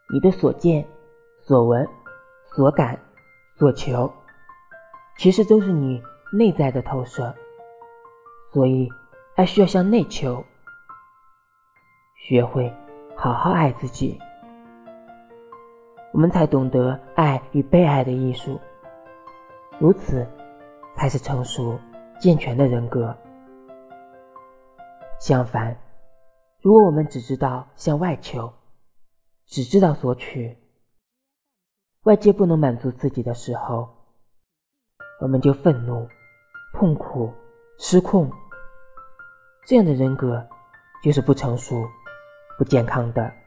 你的所见、所闻、所感、所求，其实都是你内在的投射。所以爱需要向内求，学会好好爱自己，我们才懂得爱与被爱的艺术，如此才是成熟健全的人格。相反，如果我们只知道向外求，只知道索取，外界不能满足自己的时候，我们就愤怒、痛苦、失控，这样的人格就是不成熟、不健康的。